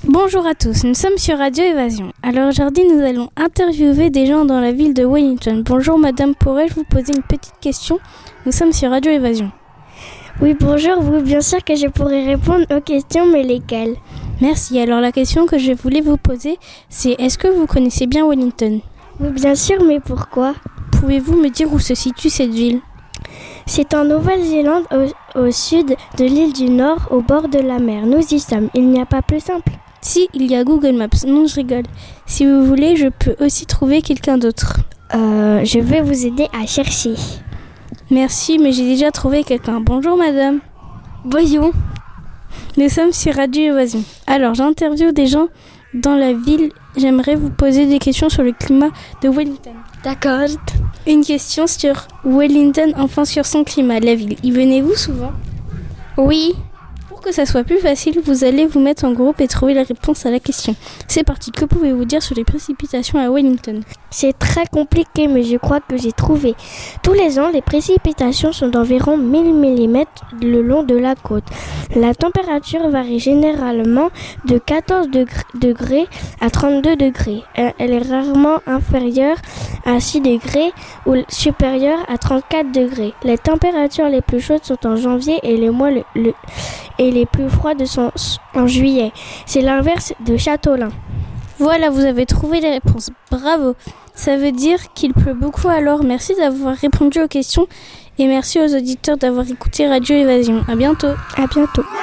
Bonjour à tous, nous sommes sur Radio Évasion. Alors aujourd'hui, nous allons interviewer des gens dans la ville de Wellington. Bonjour madame, pourrais-je vous poser une petite question? Nous sommes sur Radio Évasion. Oui, bonjour, oui, bien sûr que je pourrais répondre aux questions, mais lesquelles? Merci. Alors la question que je voulais vous poser, c'est est-ce que vous connaissez bien Wellington? Oui, bien sûr, mais pourquoi? Pouvez-vous me dire où se situe cette ville? C'est en Nouvelle-Zélande, au sud de l'île du Nord, au bord de la mer. Nous y sommes, il n'y a pas plus simple. Si, il y a Google Maps. Non, je rigole. Si vous voulez, je peux aussi trouver quelqu'un d'autre. Je vais vous aider à chercher. Merci, mais j'ai déjà trouvé quelqu'un. Bonjour madame. Bonjour. Nous sommes sur Radio Évasion. Alors, j'interviewe des gens dans la ville. J'aimerais vous poser des questions sur le climat de Wellington. D'accord. Une question sur Wellington, enfin sur son climat, la ville. Y venez-vous souvent? Oui. Pour que ça soit plus facile, vous allez vous mettre en groupe et trouver la réponse à la question. C'est parti. Que pouvez-vous dire sur les précipitations à Wellington? C'est très compliqué, mais je crois que j'ai trouvé. Tous les ans, les précipitations sont d'environ 1000 mm le long de la côte. La température varie généralement de 14 degrés à 32 degrés. Elle est rarement inférieure à 6 degrés ou supérieure à 34 degrés. Les températures les plus chaudes sont en janvier et les mois et les plus froides sont en juillet. C'est l'inverse de Châteaulin. Voilà, vous avez trouvé les réponses. Bravo. Ça veut dire qu'il pleut beaucoup alors. Merci d'avoir répondu aux questions et merci aux auditeurs d'avoir écouté Radio Évasion. À bientôt. À bientôt.